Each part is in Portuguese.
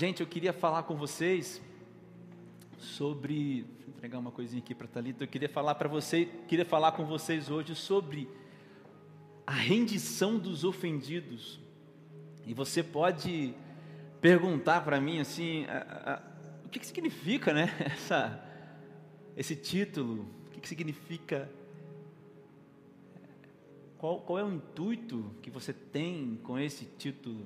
Gente, eu queria falar com vocês sobre... Deixa eu entregar uma coisinha aqui para a Thalita. Eu queria falar com vocês hoje sobre a rendição dos ofendidos. E você pode perguntar para mim assim, o que significa, né, esse título? O que significa? Qual é o intuito que você tem com esse título?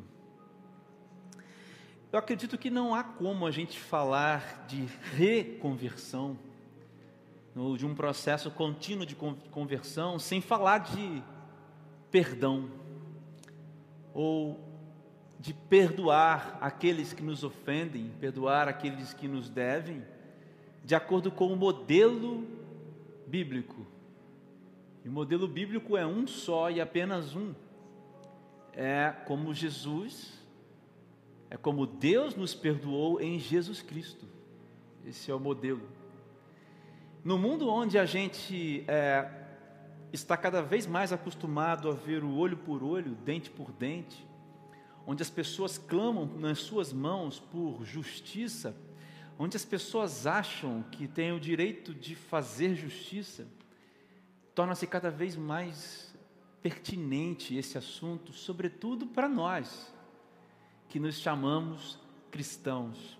Eu acredito que não há como a gente falar de reconversão, ou de um processo contínuo de conversão, sem falar de perdão, ou de perdoar aqueles que nos ofendem, perdoar aqueles que nos devem, de acordo com o modelo bíblico. E o modelo bíblico é um só e apenas um. É como Jesus, é como Deus nos perdoou em Jesus Cristo. Esse é o modelo. No mundo onde a gente está cada vez mais acostumado a ver o olho por olho, dente por dente, onde as pessoas clamam nas suas mãos por justiça, onde as pessoas acham que têm o direito de fazer justiça, torna-se cada vez mais pertinente esse assunto, sobretudo para nós, que nos chamamos cristãos.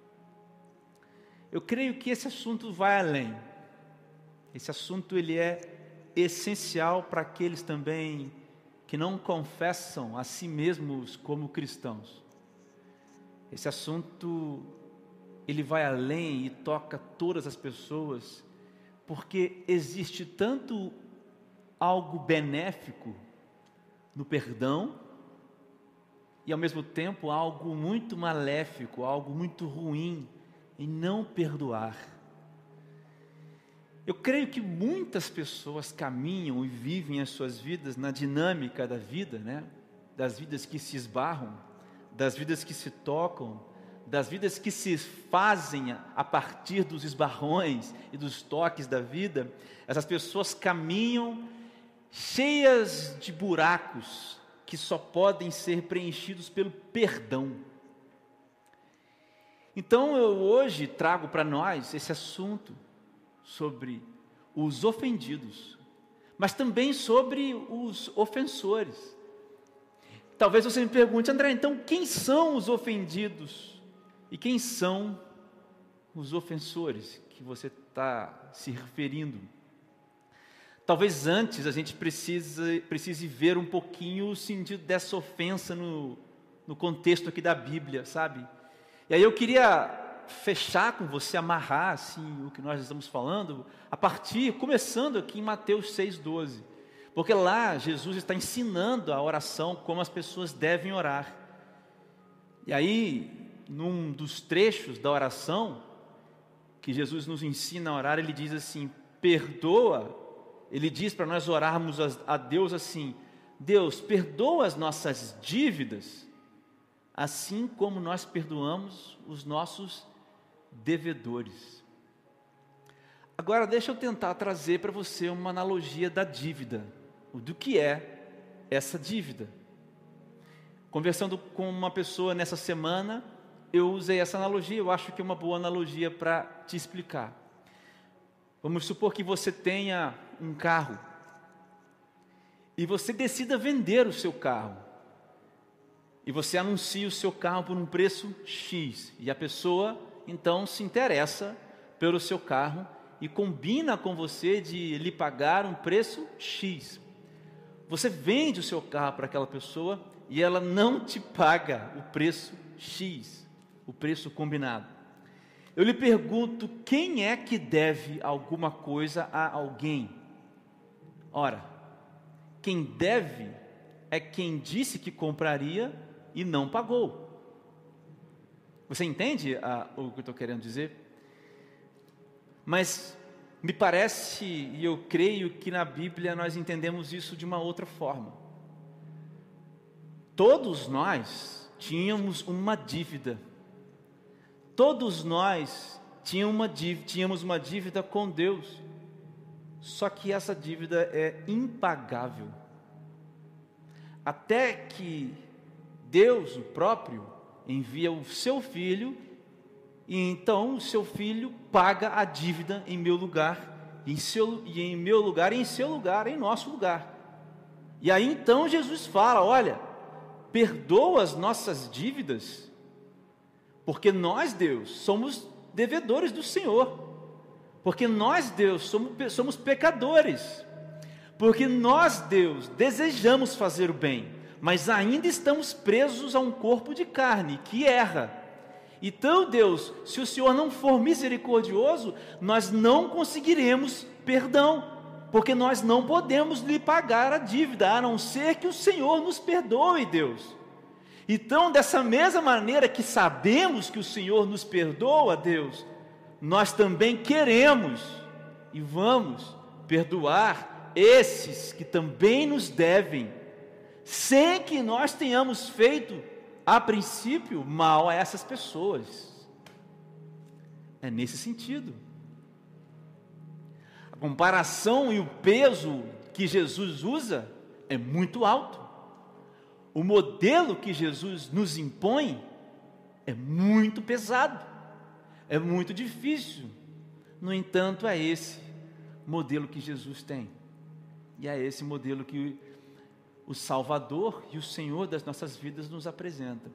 Eu creio que esse assunto vai além. Esse assunto ele é essencial para aqueles também que não confessam a si mesmos como cristãos. Esse assunto ele vai além e toca todas as pessoas, porque existe tanto algo benéfico no perdão, e ao mesmo tempo algo muito maléfico, algo muito ruim em não perdoar. Eu creio que muitas pessoas caminham e vivem as suas vidas na dinâmica da vida, né? Das vidas que se esbarram, das vidas que se tocam, das vidas que se fazem a partir dos esbarrões e dos toques da vida. Essas pessoas caminham cheias de buracos, que só podem ser preenchidos pelo perdão. Então eu hoje trago para nós esse assunto sobre os ofendidos, mas também sobre os ofensores. Talvez você me pergunte, André, então quem são os ofendidos? E quem são os ofensores que você está se referindo? Talvez antes a gente precise ver um pouquinho o sentido dessa ofensa no contexto aqui da Bíblia, sabe? E aí eu queria fechar com você, amarrar assim, o que nós estamos falando, começando aqui em Mateus 6,12. Porque lá Jesus está ensinando a oração, como as pessoas devem orar. E aí, num dos trechos da oração, que Jesus nos ensina a orar, ele diz assim, ele diz para nós orarmos a Deus assim, Deus, perdoa as nossas dívidas, assim como nós perdoamos os nossos devedores. Agora deixa eu tentar trazer para você uma analogia da dívida, do que é essa dívida. Conversando com uma pessoa nessa semana, eu usei essa analogia, eu acho que é uma boa analogia para te explicar. Vamos supor que você tenha um carro e você decida vender o seu carro. E você anuncia o seu carro por um preço X. E a pessoa, então, se interessa pelo seu carro e combina com você de lhe pagar um preço X. Você vende o seu carro para aquela pessoa e ela não te paga o preço X, o preço combinado. Eu lhe pergunto, quem é que deve alguma coisa a alguém? Ora, quem deve é quem disse que compraria e não pagou. Você entende o que eu estou querendo dizer? Mas me parece, e eu creio que na Bíblia nós entendemos isso de uma outra forma. Todos nós tínhamos uma dívida. Todos nós tínhamos uma dívida com Deus. Só que essa dívida é impagável. Até que Deus, o próprio, envia o seu filho, e então o seu filho paga a dívida em meu lugar, em meu lugar, e em seu lugar, em nosso lugar. E aí então Jesus fala: olha, perdoa as nossas dívidas, porque nós, Deus, somos devedores do Senhor, porque nós, Deus, somos pecadores, porque nós, Deus, desejamos fazer o bem, mas ainda estamos presos a um corpo de carne que erra. Então, Deus, se o Senhor não for misericordioso, nós não conseguiremos perdão, porque nós não podemos lhe pagar a dívida, a não ser que o Senhor nos perdoe, Deus. Então, dessa mesma maneira que sabemos que o Senhor nos perdoa, Deus, nós também queremos e vamos perdoar esses que também nos devem, sem que nós tenhamos feito, a princípio, mal a essas pessoas. É nesse sentido. A comparação e o peso que Jesus usa é muito alto. O modelo que Jesus nos impõe é muito pesado, é muito difícil. No entanto, é esse modelo que Jesus tem, e é esse modelo que o Salvador e o Senhor das nossas vidas nos apresenta.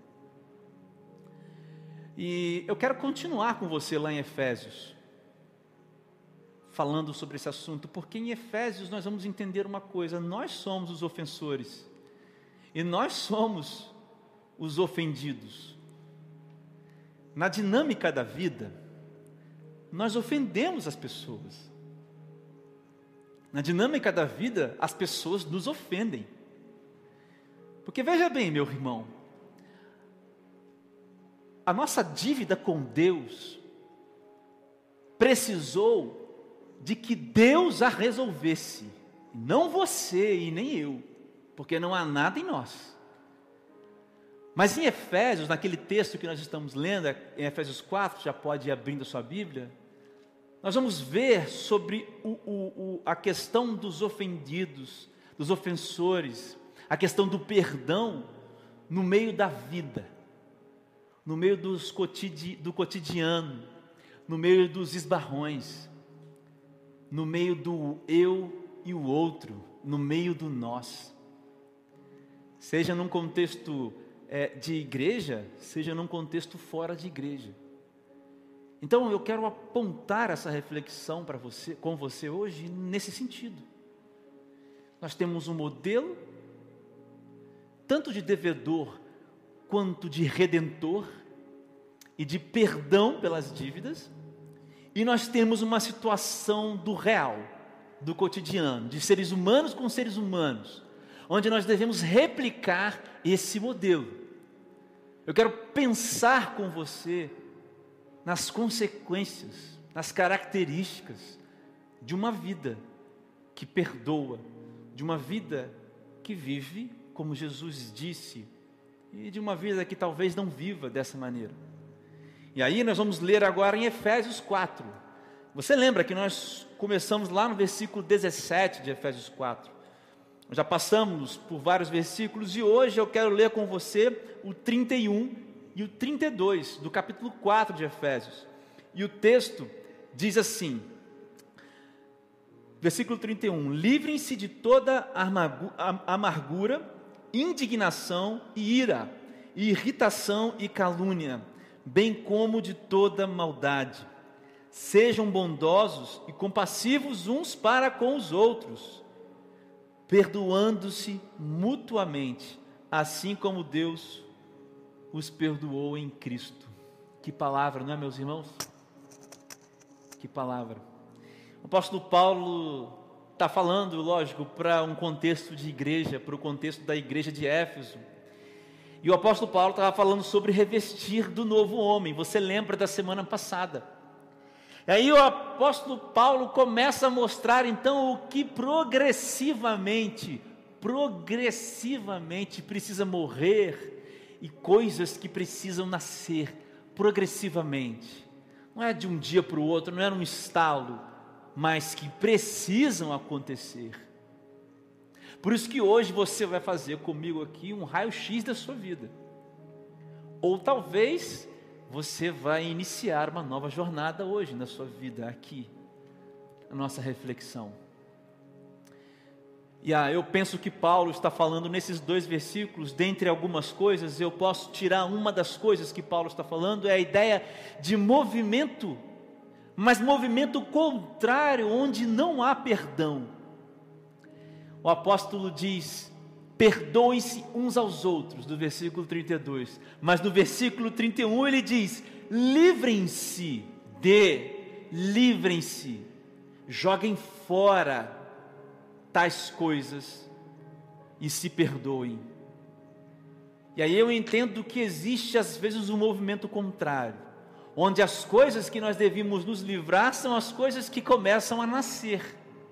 E eu quero continuar com você lá em Efésios, falando sobre esse assunto, porque em Efésios nós vamos entender uma coisa: nós somos os ofensores, e nós somos os ofendidos. Na dinâmica da vida, nós ofendemos as pessoas. Na dinâmica da vida, as pessoas nos ofendem. Porque veja bem, meu irmão, a nossa dívida com Deus precisou de que Deus a resolvesse, não você e nem eu, porque não há nada em nós. Mas em Efésios, naquele texto que nós estamos lendo, em Efésios 4, já pode ir abrindo a sua Bíblia, nós vamos ver sobre a questão dos ofendidos, dos ofensores, a questão do perdão no meio da vida, no meio do cotidiano, no meio dos esbarrões, no meio do eu e o outro, no meio do nós. Seja num contexto de igreja, seja num contexto fora de igreja. Então eu quero apontar essa reflexão para você, com você hoje, nesse sentido. Nós temos um modelo, tanto de devedor, quanto de redentor, e de perdão pelas dívidas, e nós temos uma situação do real, do cotidiano, de seres humanos com seres humanos, onde nós devemos replicar esse modelo. Eu quero pensar com você nas consequências, nas características de uma vida que perdoa, de uma vida que vive como Jesus disse, e de uma vida que talvez não viva dessa maneira. E aí nós vamos ler agora em Efésios 4. Você lembra que nós começamos lá no versículo 17 de Efésios 4. Nós já passamos por vários versículos e hoje eu quero ler com você o 31 e o 32 do capítulo 4 de Efésios. E o texto diz assim, versículo 31: livrem-se de toda amargura, indignação e ira, e irritação e calúnia, bem como de toda maldade. Sejam bondosos e compassivos uns para com os outros, perdoando-se mutuamente, assim como Deus os perdoou em Cristo. Que palavra, não é, meus irmãos? Que palavra. O apóstolo Paulo está falando, lógico, para um contexto de igreja, para o contexto da igreja de Éfeso. E o apóstolo Paulo estava falando sobre revestir do novo homem. Você lembra da semana passada? E aí o apóstolo Paulo começa a mostrar então o que progressivamente precisa morrer, e coisas que precisam nascer progressivamente. Não é de um dia para o outro, não é num estalo, mas que precisam acontecer. Por isso que hoje você vai fazer comigo aqui um raio-x da sua vida. Ou talvez você vai iniciar uma nova jornada hoje na sua vida, aqui, a nossa reflexão. E eu penso que Paulo está falando nesses 2 versículos, dentre algumas coisas, eu posso tirar uma das coisas que Paulo está falando, é a ideia de movimento, mas movimento contrário, onde não há perdão. O apóstolo diz: perdoem-se uns aos outros, do versículo 32, mas no versículo 31 ele diz: livrem-se, joguem fora tais coisas e se perdoem. E aí eu entendo que existe às vezes um movimento contrário, onde as coisas que nós devíamos nos livrar são as coisas que começam a nascer.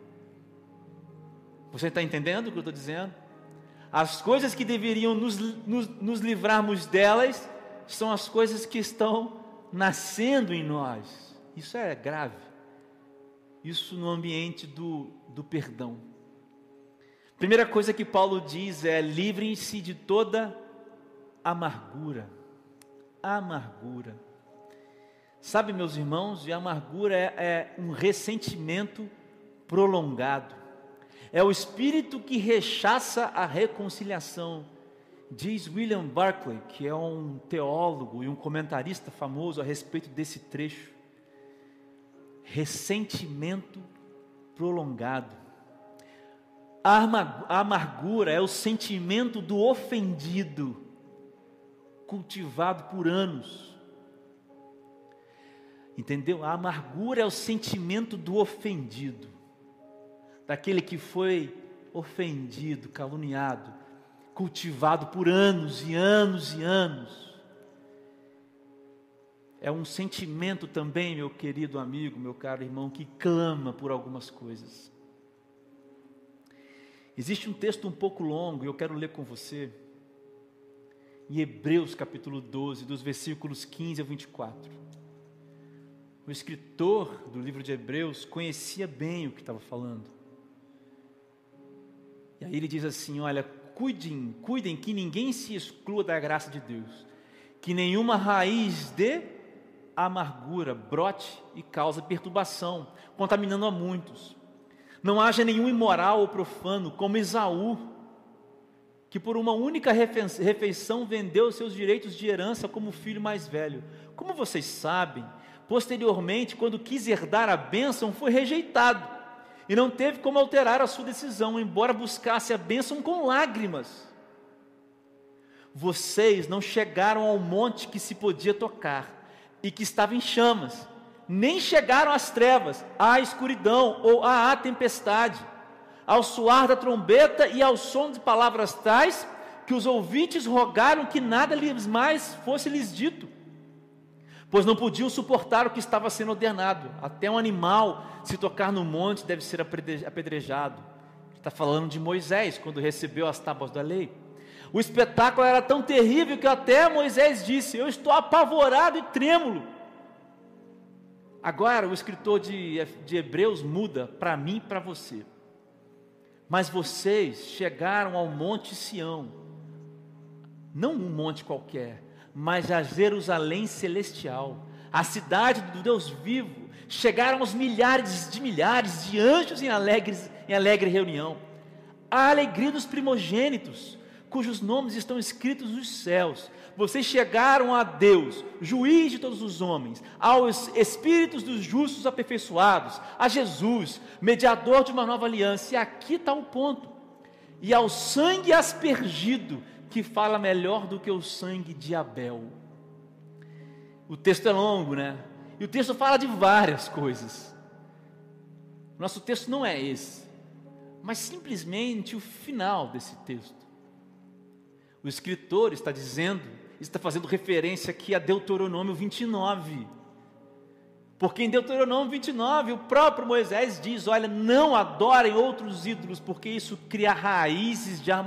Você está entendendo o que eu estou dizendo? As coisas que deveriam nos livrarmos delas são as coisas que estão nascendo em nós. Isso é grave. Isso no ambiente do perdão. Primeira coisa que Paulo diz é: livrem-se de toda amargura. Amargura. Sabe, meus irmãos, e a amargura é um ressentimento prolongado. É o espírito que rechaça a reconciliação. Diz William Barclay, que é um teólogo e um comentarista famoso a respeito desse trecho: ressentimento prolongado. A amargura é o sentimento do ofendido, cultivado por anos. Entendeu? A amargura é o sentimento do ofendido, daquele que foi ofendido, caluniado, cultivado por anos e anos e anos. É um sentimento também, meu querido amigo, meu caro irmão, que clama por algumas coisas. Existe um texto um pouco longo, e eu quero ler com você, em Hebreus capítulo 12, dos versículos 15 a 24. O escritor do livro de Hebreus conhecia bem o que estava falando. E aí ele diz assim: olha, cuidem que ninguém se exclua da graça de Deus, que nenhuma raiz de amargura brote e cause perturbação, contaminando a muitos. Não haja nenhum imoral ou profano, como Esaú, que por uma única refeição vendeu seus direitos de herança como filho mais velho. Como vocês sabem, posteriormente, quando quis herdar a bênção, foi rejeitado, e não teve como alterar a sua decisão, embora buscasse a bênção com lágrimas. Vocês não chegaram ao monte que se podia tocar, e que estava em chamas, nem chegaram às trevas, à escuridão ou à tempestade, ao soar da trombeta e ao som de palavras tais, que os ouvintes rogaram que nada mais fosse lhes dito, pois não podiam suportar o que estava sendo ordenado. Até um animal, se tocar no monte, deve ser apedrejado. Está falando de Moisés, quando recebeu as tábuas da lei. O espetáculo era tão terrível que até Moisés disse: eu estou apavorado e trêmulo. Agora o escritor de Hebreus muda para mim e para você. Mas vocês chegaram ao monte Sião, não um monte qualquer, mas a Jerusalém celestial, a cidade do Deus vivo. Chegaram aos milhares de anjos em alegre reunião. A alegria dos primogênitos, cujos nomes estão escritos nos céus. Vocês chegaram a Deus, juiz de todos os homens, aos espíritos dos justos aperfeiçoados, a Jesus, mediador de uma nova aliança. E aqui está o ponto: e ao sangue aspergido, que fala melhor do que o sangue de Abel. O texto é longo, né? E o texto fala de várias coisas. Nosso texto não é esse, mas simplesmente o final desse texto. O escritor está fazendo referência aqui a Deuteronômio 29, porque em Deuteronômio 29 o próprio Moisés diz: olha, não adorem outros ídolos, porque isso cria raízes de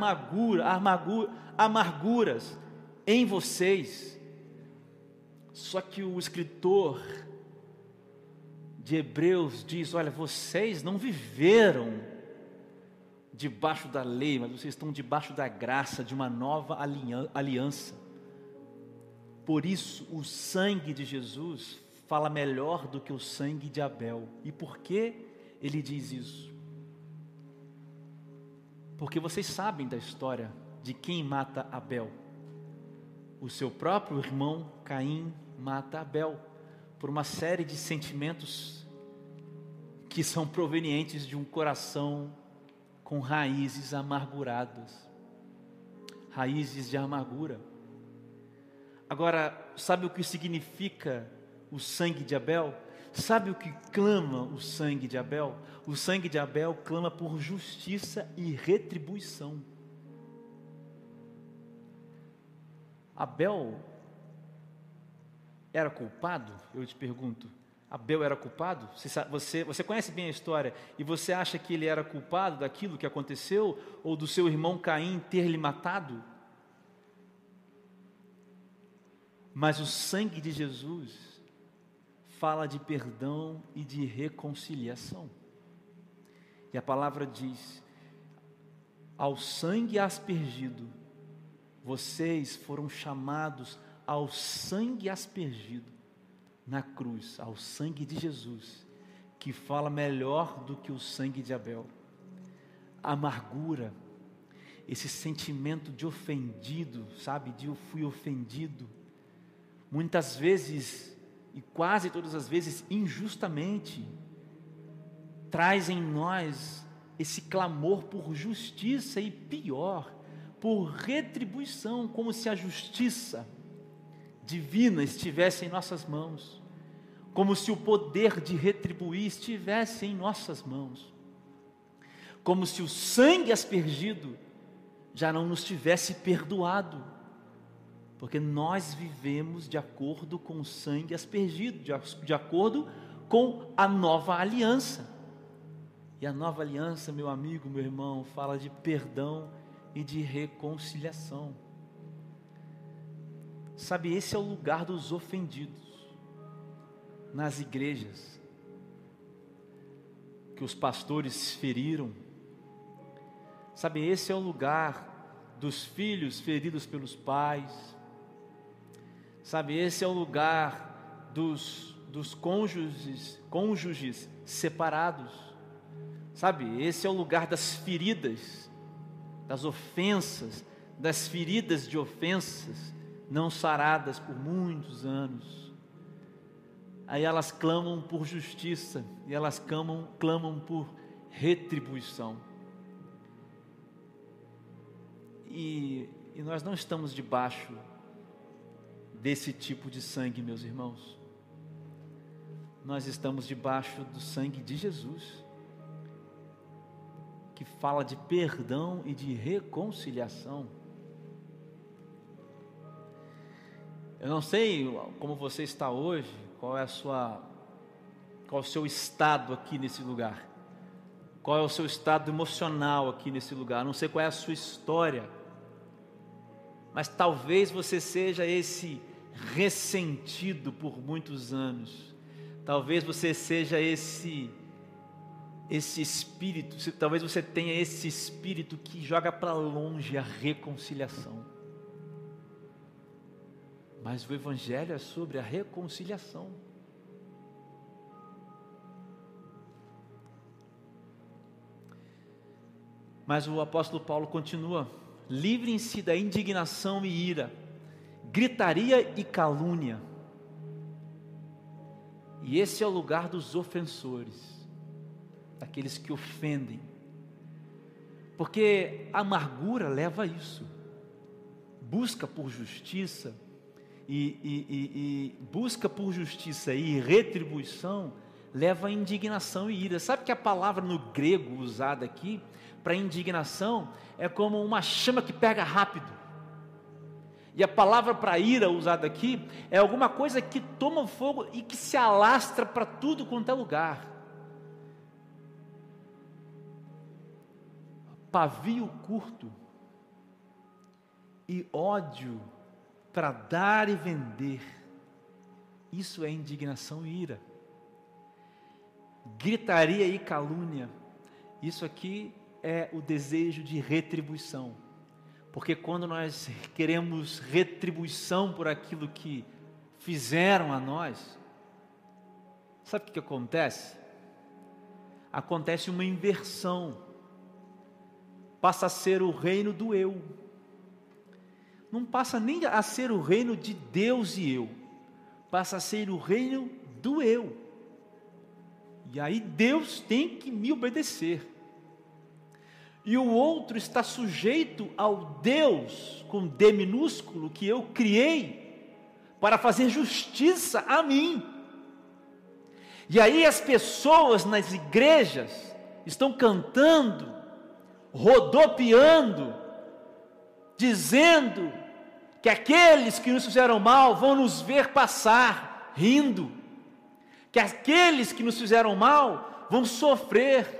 amarguras em vocês. Só que o escritor de Hebreus diz: olha, vocês não viveram debaixo da lei, mas vocês estão debaixo da graça de uma nova aliança. Por isso, o sangue de Jesus fala melhor do que o sangue de Abel. E por que ele diz isso? Porque vocês sabem da história de quem mata Abel. O seu próprio irmão Caim mata Abel por uma série de sentimentos que são provenientes de um coração com raízes amarguradas, raízes de amargura. Agora, sabe o que significa o sangue de Abel? Sabe o que clama o sangue de Abel? O sangue de Abel clama por justiça e retribuição. Abel era culpado? Eu te pergunto. Abel era culpado? Você conhece bem a história e você acha que ele era culpado daquilo que aconteceu ou do seu irmão Caim ter lhe matado? Mas o sangue de Jesus fala de perdão e de reconciliação. E a palavra diz: ao sangue aspergido, vocês foram chamados ao sangue aspergido na cruz, ao sangue de Jesus, que fala melhor do que o sangue de Abel. A amargura, esse sentimento de ofendido, sabe, de eu fui ofendido, muitas vezes, e quase todas as vezes injustamente, traz em nós esse clamor por justiça e pior, por retribuição, como se a justiça divina estivesse em nossas mãos, como se o poder de retribuir estivesse em nossas mãos, como se o sangue aspergido já não nos tivesse perdoado, porque nós vivemos de acordo com o sangue aspergido, de acordo com a nova aliança. E a nova aliança, meu amigo, meu irmão, fala de perdão e de reconciliação. Sabe, esse é o lugar dos ofendidos nas igrejas, que os pastores feriram. Sabe, esse é o lugar dos filhos feridos pelos pais. Sabe, esse é o lugar dos cônjuges separados. Sabe, esse é o lugar das feridas, das ofensas, das feridas de ofensas não saradas por muitos anos. Aí elas clamam por justiça e elas clamam por retribuição. E nós não estamos debaixo desse tipo de sangue, meus irmãos. Nós estamos debaixo do sangue de Jesus, que fala de perdão e de reconciliação. Eu não sei como você está hoje, qual é o seu estado aqui nesse lugar, qual é o seu estado emocional aqui nesse lugar, não sei qual é a sua história, mas talvez você seja esse ressentido por muitos anos, talvez você seja esse espírito, talvez você tenha esse espírito que joga para longe a reconciliação. Mas o Evangelho é sobre a reconciliação. Mas o apóstolo Paulo continua: livrem-se da indignação e ira, gritaria e calúnia. E esse é o lugar dos ofensores, daqueles que ofendem, porque a amargura leva a isso, busca por justiça, e busca por justiça e retribuição leva a indignação e ira. Sabe que a palavra no grego usada aqui para indignação é como uma chama que pega rápido, e a palavra para ira usada aqui é alguma coisa que toma fogo e que se alastra para tudo quanto é lugar. Pavio curto e ódio para dar e vender, isso é indignação e ira. Gritaria e calúnia, isso aqui é o desejo de retribuição. Porque quando nós queremos retribuição por aquilo que fizeram a nós, sabe o que acontece? Acontece uma inversão, passa a ser o reino do eu, não passa nem a ser o reino de Deus e eu, passa a ser o reino do eu, e aí Deus tem que me obedecer, e o outro está sujeito ao Deus, com D minúsculo, que eu criei, para fazer justiça a mim. E aí as pessoas nas igrejas estão cantando, rodopiando, dizendo que aqueles que nos fizeram mal vão nos ver passar, rindo, que aqueles que nos fizeram mal vão sofrer.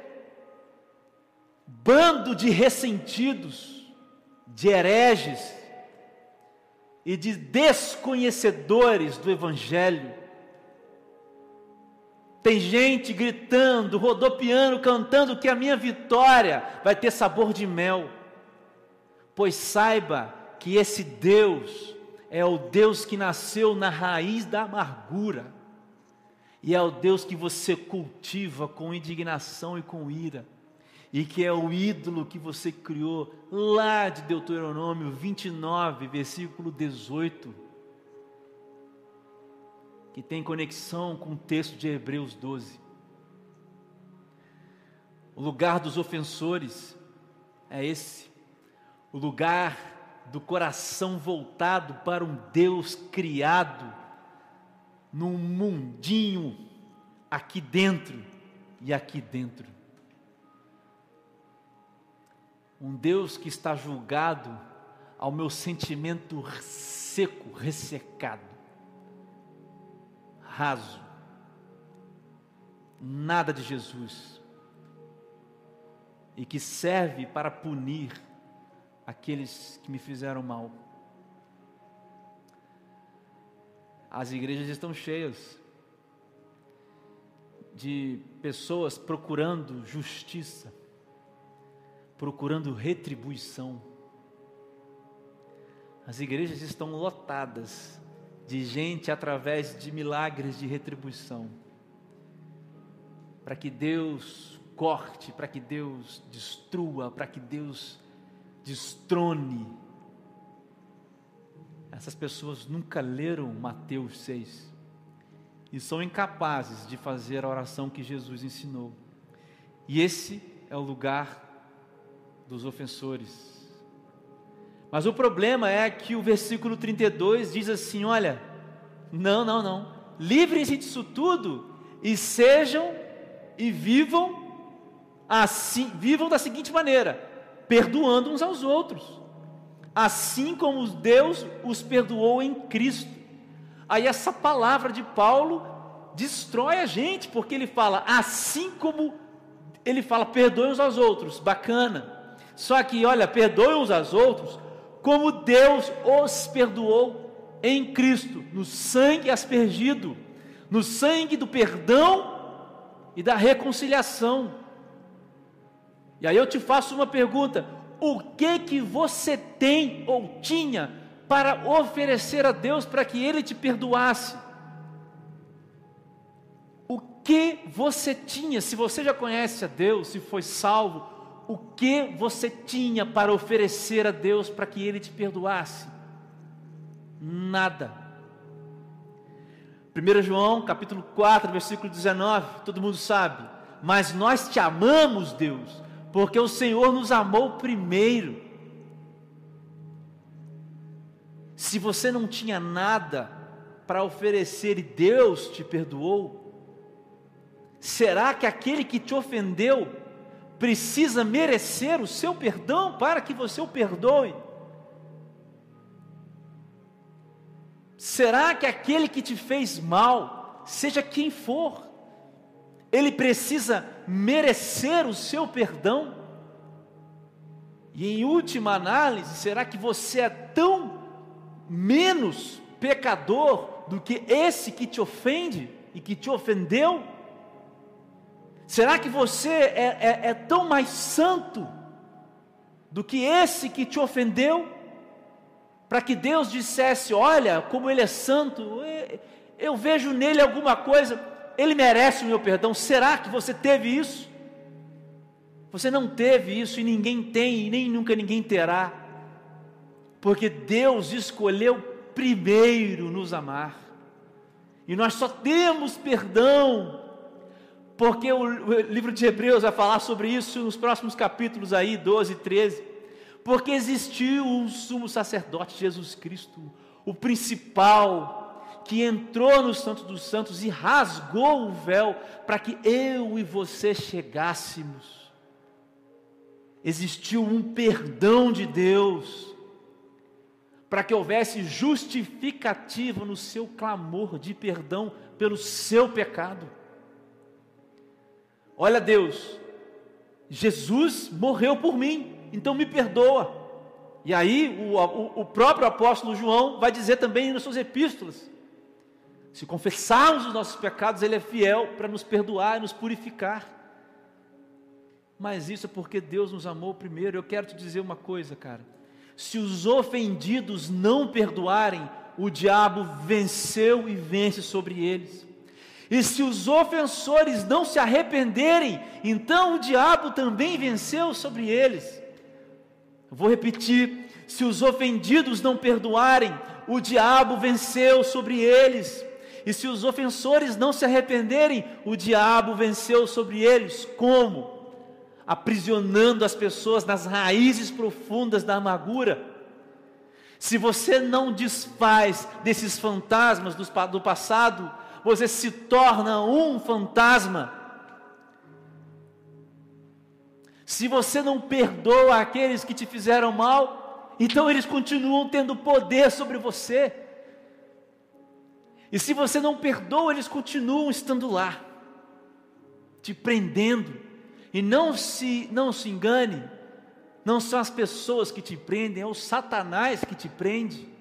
Bando de ressentidos, de hereges e de desconhecedores do Evangelho. Tem gente gritando, rodopiando, cantando que a minha vitória vai ter sabor de mel. Pois saiba que esse Deus é o Deus que nasceu na raiz da amargura. E é o Deus que você cultiva com indignação e com ira. E que é o ídolo que você criou lá de Deuteronômio 29, versículo 18. Que tem conexão com o texto de Hebreus 12. O lugar dos ofensores é esse. O lugar do coração voltado para um Deus criado num mundinho aqui dentro e aqui dentro. Um Deus que está julgado ao meu sentimento seco, ressecado, raso, nada de Jesus, e que serve para punir aqueles que me fizeram mal. As igrejas estão cheias de pessoas procurando justiça, procurando retribuição. As igrejas estão lotadas de gente através de milagres de retribuição, para que Deus corte, para que Deus destrua, para que Deus destrone. Essas pessoas nunca leram Mateus 6 e são incapazes de fazer a oração que Jesus ensinou. E esse é o lugar dos ofensores. Mas o problema é que o versículo 32 diz assim: olha, não, livrem-se disso tudo e sejam e vivam assim, vivam da seguinte maneira, perdoando uns aos outros, assim como Deus os perdoou em Cristo. Aí essa palavra de Paulo destrói a gente, porque ele fala, assim como ele fala, perdoem uns aos outros, bacana. Só que, olha, perdoem uns aos outros, como Deus os perdoou em Cristo, no sangue aspergido, no sangue do perdão e da reconciliação. E aí eu te faço uma pergunta: o que você tem ou tinha para oferecer a Deus para que Ele te perdoasse? O que você tinha? Se você já conhece a Deus, se foi salvo, o que você tinha para oferecer a Deus para que Ele te perdoasse? Nada. 1 João capítulo 4, versículo 19, todo mundo sabe: mas nós te amamos, Deus, porque o Senhor nos amou primeiro. Se você não tinha nada para oferecer e Deus te perdoou, será que aquele que te ofendeu precisa merecer o seu perdão para que você o perdoe? Será que aquele que te fez mal, seja quem for, ele precisa merecer o seu perdão? E em última análise, será que você é tão menos pecador do que esse que te ofende e que te ofendeu? Será que você é tão mais santo do que esse que te ofendeu, para que Deus dissesse: olha como ele é santo, eu vejo nele alguma coisa, ele merece o meu perdão. Será que você teve isso? Você não teve isso, e ninguém tem, e nem nunca ninguém terá, porque Deus escolheu primeiro nos amar, e nós só temos perdão porque o livro de Hebreus vai falar sobre isso nos próximos capítulos aí, 12 e 13, porque existiu um sumo sacerdote, Jesus Cristo, o principal, que entrou no Santo dos Santos e rasgou o véu, para que eu e você chegássemos. Existiu um perdão de Deus, para que houvesse justificativa no seu clamor de perdão pelo seu pecado. Olha, Deus, Jesus morreu por mim, então me perdoa. E aí o próprio apóstolo João vai dizer também nas suas epístolas: se confessarmos os nossos pecados, Ele é fiel para nos perdoar e nos purificar. Mas isso é porque Deus nos amou primeiro. Eu quero te dizer uma coisa, cara: se os ofendidos não perdoarem, o diabo venceu e vence sobre eles. E se os ofensores não se arrependerem, então o diabo também venceu sobre eles. Eu vou repetir: se os ofendidos não perdoarem, o diabo venceu sobre eles. E se os ofensores não se arrependerem, o diabo venceu sobre eles. Como? Aprisionando as pessoas nas raízes profundas da amargura. Se você não desfaz desses fantasmas do passado, você se torna um fantasma. Se você não perdoa aqueles que te fizeram mal, então eles continuam tendo poder sobre você. E se você não perdoa, eles continuam estando lá, te prendendo. E não se engane, não são as pessoas que te prendem, é o Satanás que te prende.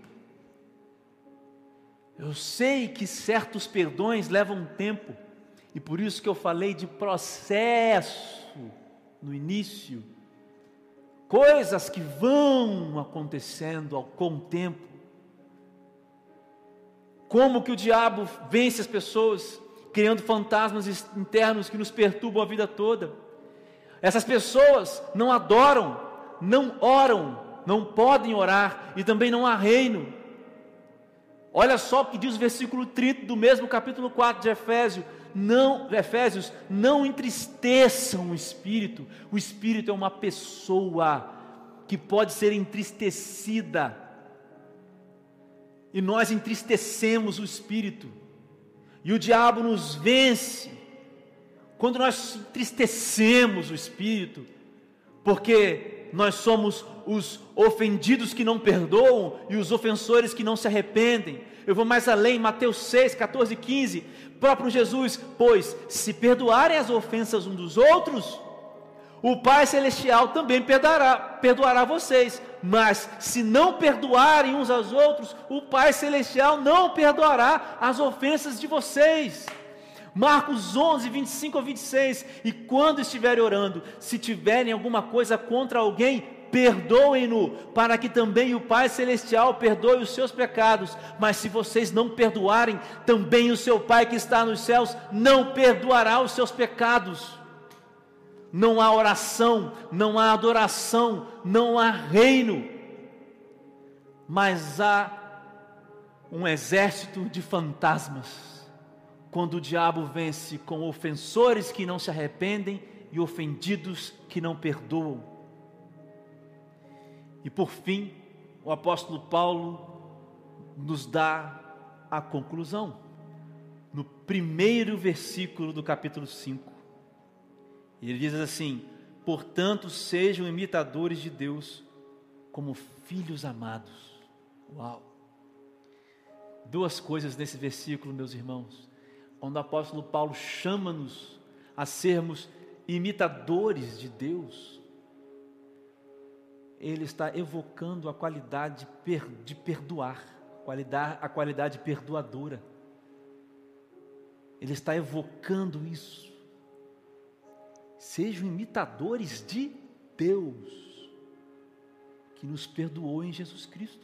Eu sei que certos perdões levam tempo, e por isso que eu falei de processo no início, coisas que vão acontecendo com o tempo. Como que o diabo vence as pessoas, criando fantasmas internos que nos perturbam a vida toda. Essas pessoas não adoram, não oram, não podem orar, e também não há reino. Olha só o que diz o versículo 30 do mesmo capítulo 4 de Efésios: não entristeçam o Espírito. O Espírito é uma pessoa que pode ser entristecida, e nós entristecemos o Espírito, e o diabo nos vence quando nós entristecemos o Espírito, porque nós somos os ofendidos que não perdoam e os ofensores que não se arrependem. Eu vou mais além, Mateus 6, 14 e 15, próprio Jesus: pois se perdoarem as ofensas uns dos outros, o Pai Celestial também perdoará vocês. Mas se não perdoarem uns aos outros, o Pai Celestial não perdoará as ofensas de vocês. Marcos 11, 25 a 26, e quando estiverem orando, se tiverem alguma coisa contra alguém, perdoem-no, para que também o Pai Celestial perdoe os seus pecados. Mas se vocês não perdoarem, também o seu Pai que está nos céus não perdoará os seus pecados. Não há oração, não há adoração, não há reino, mas há um exército de fantasmas, quando o diabo vence com ofensores que não se arrependem e ofendidos que não perdoam. E por fim, o apóstolo Paulo nos dá a conclusão, no primeiro versículo do capítulo 5. Ele diz assim: portanto sejam imitadores de Deus como filhos amados. Uau! Duas coisas nesse versículo, meus irmãos, onde o apóstolo Paulo chama-nos a sermos imitadores de Deus. Ele está evocando a qualidade de perdoar, a qualidade perdoadora. Ele está evocando isso. Sejam imitadores de Deus. que nos perdoou em Jesus Cristo.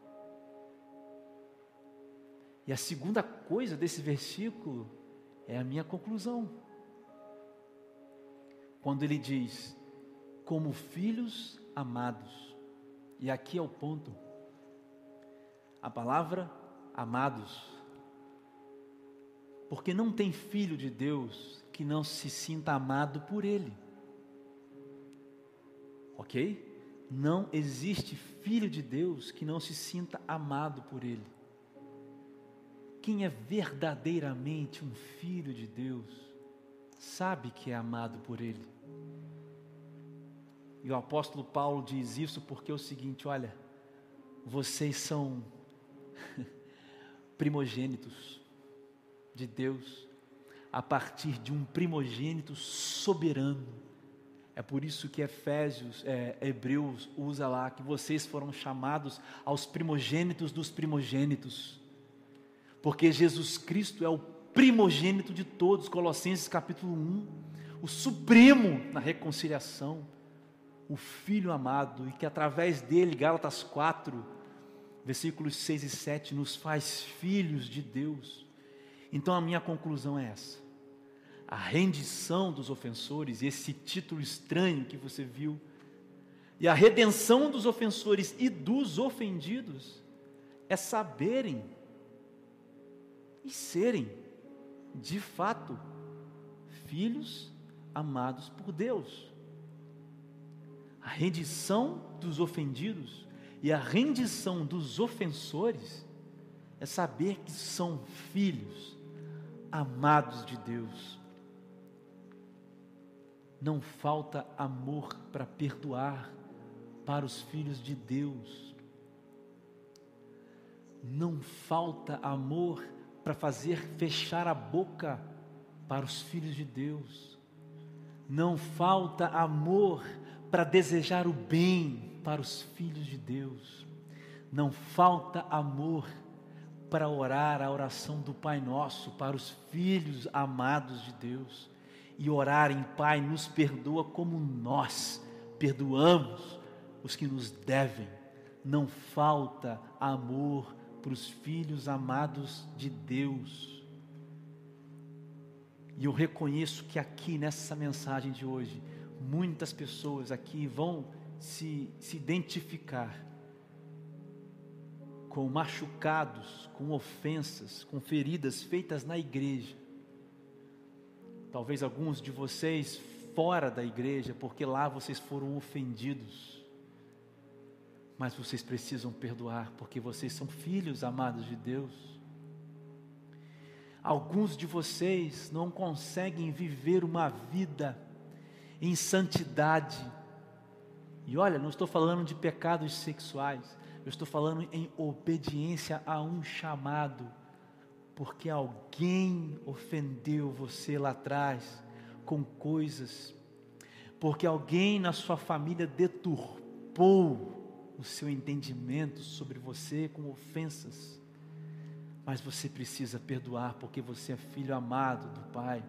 E a segunda coisa desse versículo é a minha conclusão. Quando ele diz, como filhos amados. E aqui é o ponto. A palavra amados. Porque não tem filho de Deus que não se sinta amado por Ele. Ok? Não existe filho de Deus que não se sinta amado por Ele. Quem é verdadeiramente um filho de Deus, sabe que é amado por Ele. E o apóstolo Paulo diz isso porque é o seguinte, olha, vocês são primogênitos de Deus, a partir de um primogênito soberano. É por isso que Hebreus usa lá, que vocês foram chamados aos primogênitos dos primogênitos. Porque Jesus Cristo é o primogênito de todos, Colossenses capítulo 1, o supremo na reconciliação, o Filho amado, e que através dele, Gálatas 4, versículos 6 e 7, nos faz filhos de Deus. Então a minha conclusão é essa: a rendição dos ofensores, esse título estranho que você viu, e a redenção dos ofensores e dos ofendidos, é saberem e serem, de fato, filhos amados por Deus. A rendição dos ofendidos e a rendição dos ofensores é saber que são filhos amados de Deus. Não falta amor para perdoar para os filhos de Deus. Não falta amor para fazer fechar a boca para os filhos de Deus. Não falta amor para desejar o bem para os filhos de Deus. Não falta amor para orar a oração do Pai Nosso para os filhos amados de Deus. E orarem, Pai, nos perdoa como nós perdoamos os que nos devem. Não falta amor para os filhos amados de Deus. E eu reconheço que aqui nessa mensagem de hoje, muitas pessoas aqui vão se identificar com machucados, com ofensas, com feridas feitas na igreja. Talvez alguns de vocês fora da igreja, porque lá vocês foram ofendidos. Mas vocês precisam perdoar, porque vocês são filhos amados de Deus. Alguns de vocês não conseguem viver uma vida em santidade. E olha, não estou falando de pecados sexuais, eu estou falando em obediência a um chamado, porque alguém ofendeu você lá atrás com coisas, porque alguém na sua família deturpou o seu entendimento sobre você com ofensas, mas você precisa perdoar, porque você é filho amado do Pai.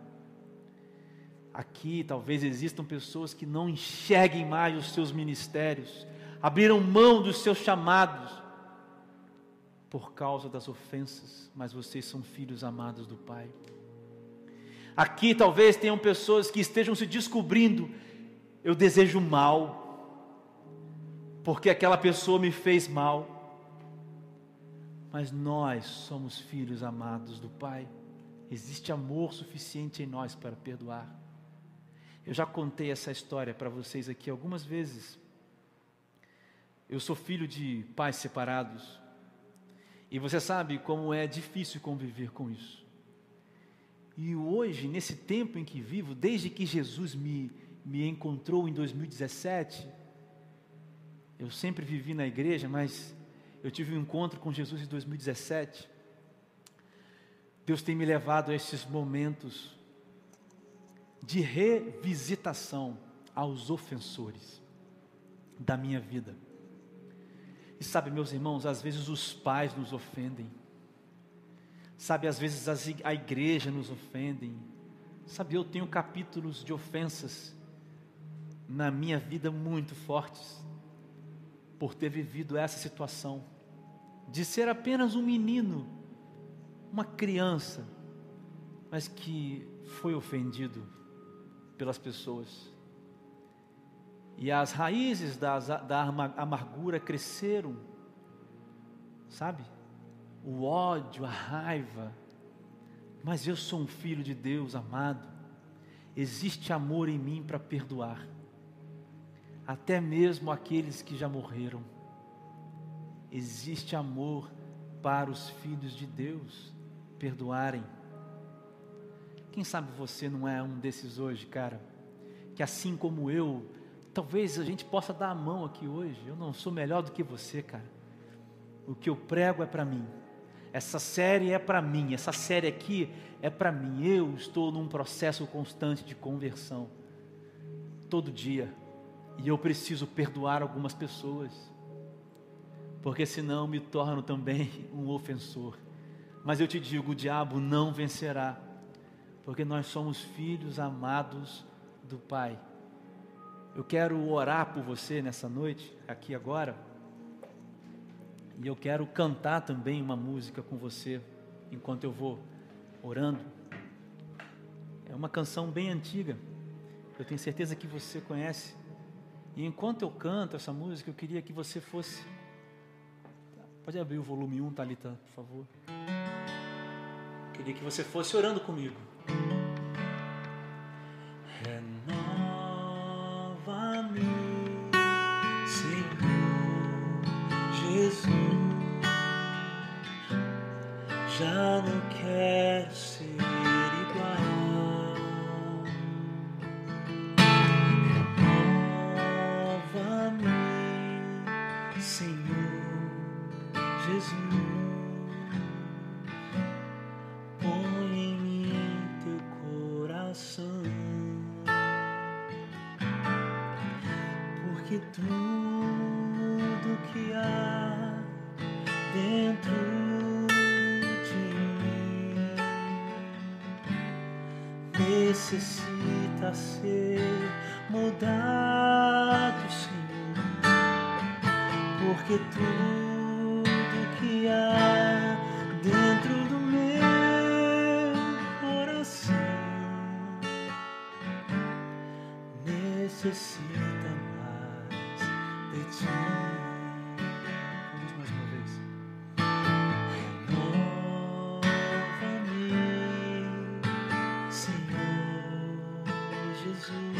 Aqui talvez existam pessoas que não enxerguem mais os seus ministérios, abriram mão dos seus chamados, por causa das ofensas, mas vocês são filhos amados do Pai. Aqui talvez tenham pessoas que estejam se descobrindo, eu desejo mal, porque aquela pessoa me fez mal, mas nós somos filhos amados do Pai. Existe amor suficiente em nós para perdoar. Eu já contei essa história para vocês aqui algumas vezes. Eu sou filho de pais separados, e você sabe como é difícil conviver com isso. E hoje, nesse tempo em que vivo, desde que Jesus me encontrou em 2017, eu sempre vivi na igreja, mas eu tive um encontro com Jesus em 2017. Deus tem me levado a esses momentos de revisitação aos ofensores da minha vida. E sabe, meus irmãos, às vezes os pais nos ofendem. Sabe, às vezes a igreja nos ofendem. Sabe, eu tenho capítulos de ofensas na minha vida muito fortes. por ter vivido essa situação, de ser apenas um menino, uma criança, mas que foi ofendido pelas pessoas. E as raízes da amargura cresceram, sabe? O ódio, a raiva. Mas eu sou um filho de Deus amado. Existe amor em mim para perdoar, até mesmo aqueles que já morreram. Existe amor para os filhos de Deus perdoarem. Quem sabe você não é um desses hoje, cara, que assim como eu, talvez a gente possa dar a mão aqui hoje. Eu não sou melhor do que você, cara. O que eu prego é para mim. Essa série é para mim. Essa série aqui é para mim. Eu estou num processo constante de conversão. Todo dia. E eu preciso perdoar algumas pessoas. Porque senão me torno também um ofensor. Mas eu te digo, o diabo não vencerá. Porque nós somos filhos amados do Pai. Eu quero orar por você nessa noite, aqui agora. E eu quero cantar também uma música com você, enquanto eu vou orando. É uma canção bem antiga, eu tenho certeza que você conhece. E enquanto eu canto essa música, eu queria que você fosse... Pode abrir o volume 1, Thalita, por favor. Eu queria que você fosse orando comigo. Renova-me, Senhor Jesus, já não quero ser igual. Renova-me, Senhor Jesus, põe em mim teu coração, porque tudo que há dentro de mim necessita ser mudado, Senhor, porque tudo que há dentro do meu coração necessita mais de ti. Vamos mais uma vez. Renova-me, Senhor Jesus,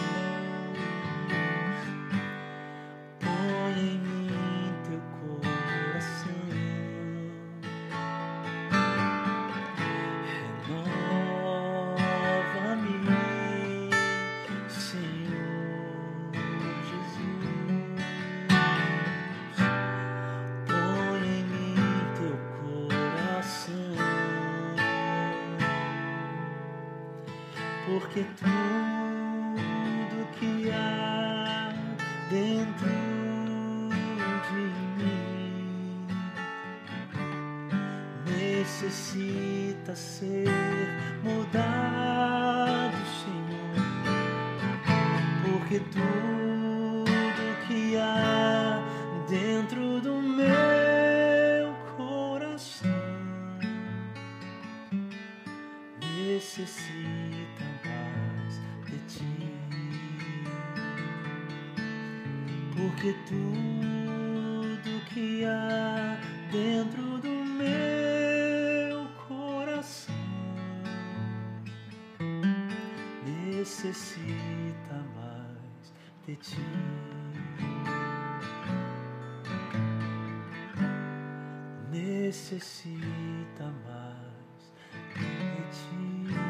põe em mim teu coração, renova-me, Senhor Jesus, põe em mim teu coração, porque tudo que há dentro de mim necessita ser mudado, Senhor, porque tudo que há dentro do meu coração necessita mais de ti, porque tudo que há dentro do meu coração necessita mais de ti, necessita mais de ti,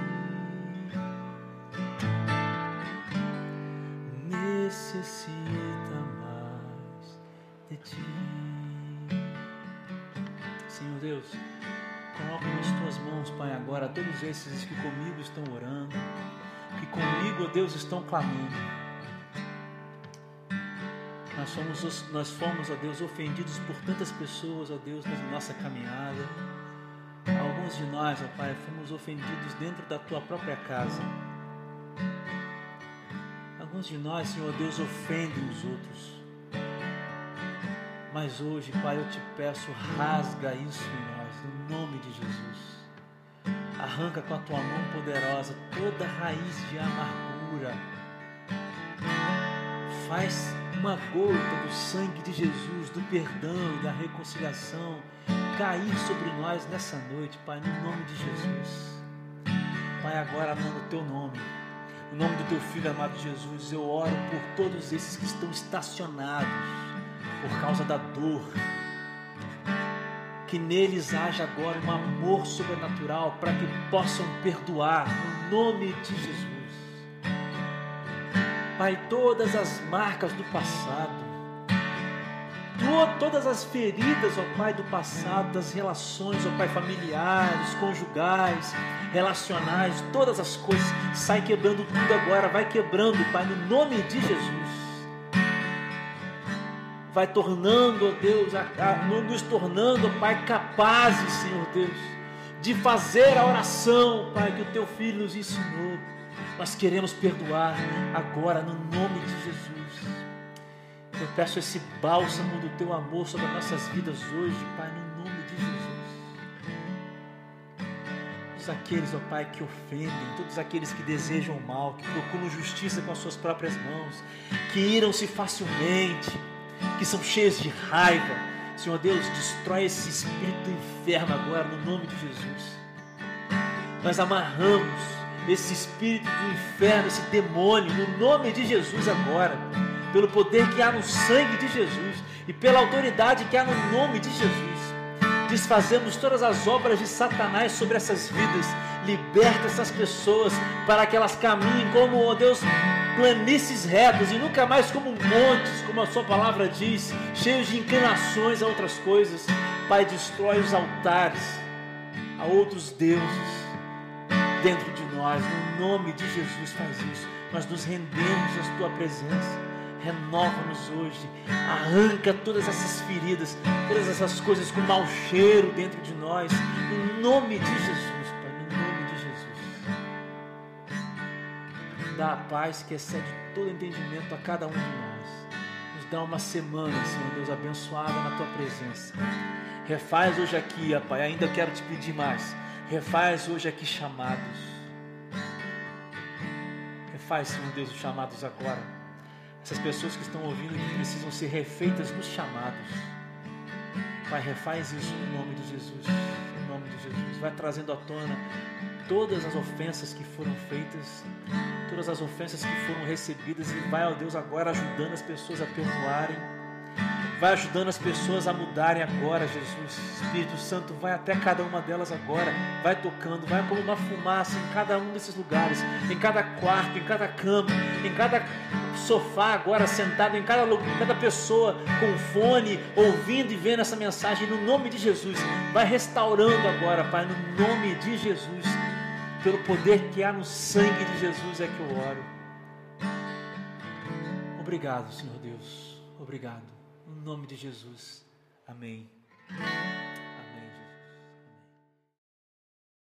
necessita mais de ti. Senhor Deus, coloca nas tuas mãos, Pai, agora todos esses que comigo estão orando, que comigo, ó Deus, estão clamando. Nós fomos, ó Deus, ofendidos por tantas pessoas, ó Deus, na nossa caminhada. Alguns de nós, ó Pai, fomos ofendidos dentro da tua própria casa. Alguns de nós, Senhor Deus, ofendem os outros. Mas hoje, Pai, eu te peço, rasga isso em nós, no nome de Jesus. Arranca com a tua mão poderosa toda raiz de amargura. Faz uma gota do sangue de Jesus, do perdão e da reconciliação cair sobre nós nessa noite, Pai, no nome de Jesus. Pai, agora no teu nome, no nome do teu Filho amado Jesus, eu oro por todos esses que estão estacionados por causa da dor. Que neles haja agora um amor sobrenatural para que possam perdoar, no nome de Jesus. Pai, todas as marcas do passado, todas as feridas, ó Pai, do passado, das relações, ó Pai, familiares, conjugais, relacionais, todas as coisas, sai quebrando tudo agora, vai quebrando, Pai, no nome de Jesus. Vai tornando, ó Deus, nos tornando, ó Pai, capazes, Senhor Deus, de fazer a oração, Pai, que o teu Filho nos ensinou. Nós queremos perdoar agora, no nome de Jesus. Eu peço esse bálsamo do teu amor sobre as nossas vidas hoje, Pai, no nome de Jesus. Todos aqueles, ó Pai, que ofendem, todos aqueles que desejam o mal, que procuram justiça com as suas próprias mãos, que iram-se facilmente, que são cheios de raiva, Senhor Deus, destrói esse espírito do inferno agora, no nome de Jesus. Nós amarramos esse espírito do inferno, esse demônio, no nome de Jesus agora, pelo poder que há no sangue de Jesus e pela autoridade que há no nome de Jesus. Desfazemos todas as obras de Satanás sobre essas vidas, liberta essas pessoas para que elas caminhem como, ó Deus, planícies retas e nunca mais como montes, como a sua palavra diz, cheios de inclinações a outras coisas. Pai, destrói os altares a outros deuses dentro de nós, no nome de Jesus faz isso. Nós nos rendemos à tua presença. Renova-nos hoje, arranca todas essas feridas, todas essas coisas com mau cheiro dentro de nós, no nome de Jesus, Pai, no nome de Jesus. Dá a paz que excede todo entendimento a cada um de nós. Nos dá uma semana, Senhor Deus, abençoada na tua presença. Refaz hoje aqui, ó Pai, ainda quero te pedir mais. Refaz hoje aqui chamados. Refaz, Senhor Deus, os chamados agora. Essas pessoas que estão ouvindo que precisam ser refeitas nos chamados. Pai, refaz isso no nome de Jesus. No nome de Jesus. Vai trazendo à tona todas as ofensas que foram feitas, todas as ofensas que foram recebidas, e vai, ó Deus, agora ajudando as pessoas a perdoarem. Vai ajudando as pessoas a mudarem agora, Jesus. Espírito Santo, vai até cada uma delas agora. Vai tocando, vai como uma fumaça em cada um desses lugares, em cada quarto, em cada cama, em cada sofá agora sentado, em cada pessoa com fone, ouvindo e vendo essa mensagem, no nome de Jesus. Vai restaurando agora, Pai, no nome de Jesus. Pelo poder que há no sangue de Jesus é que eu oro. Obrigado, Senhor Deus. Obrigado. No nome de Jesus. Amém.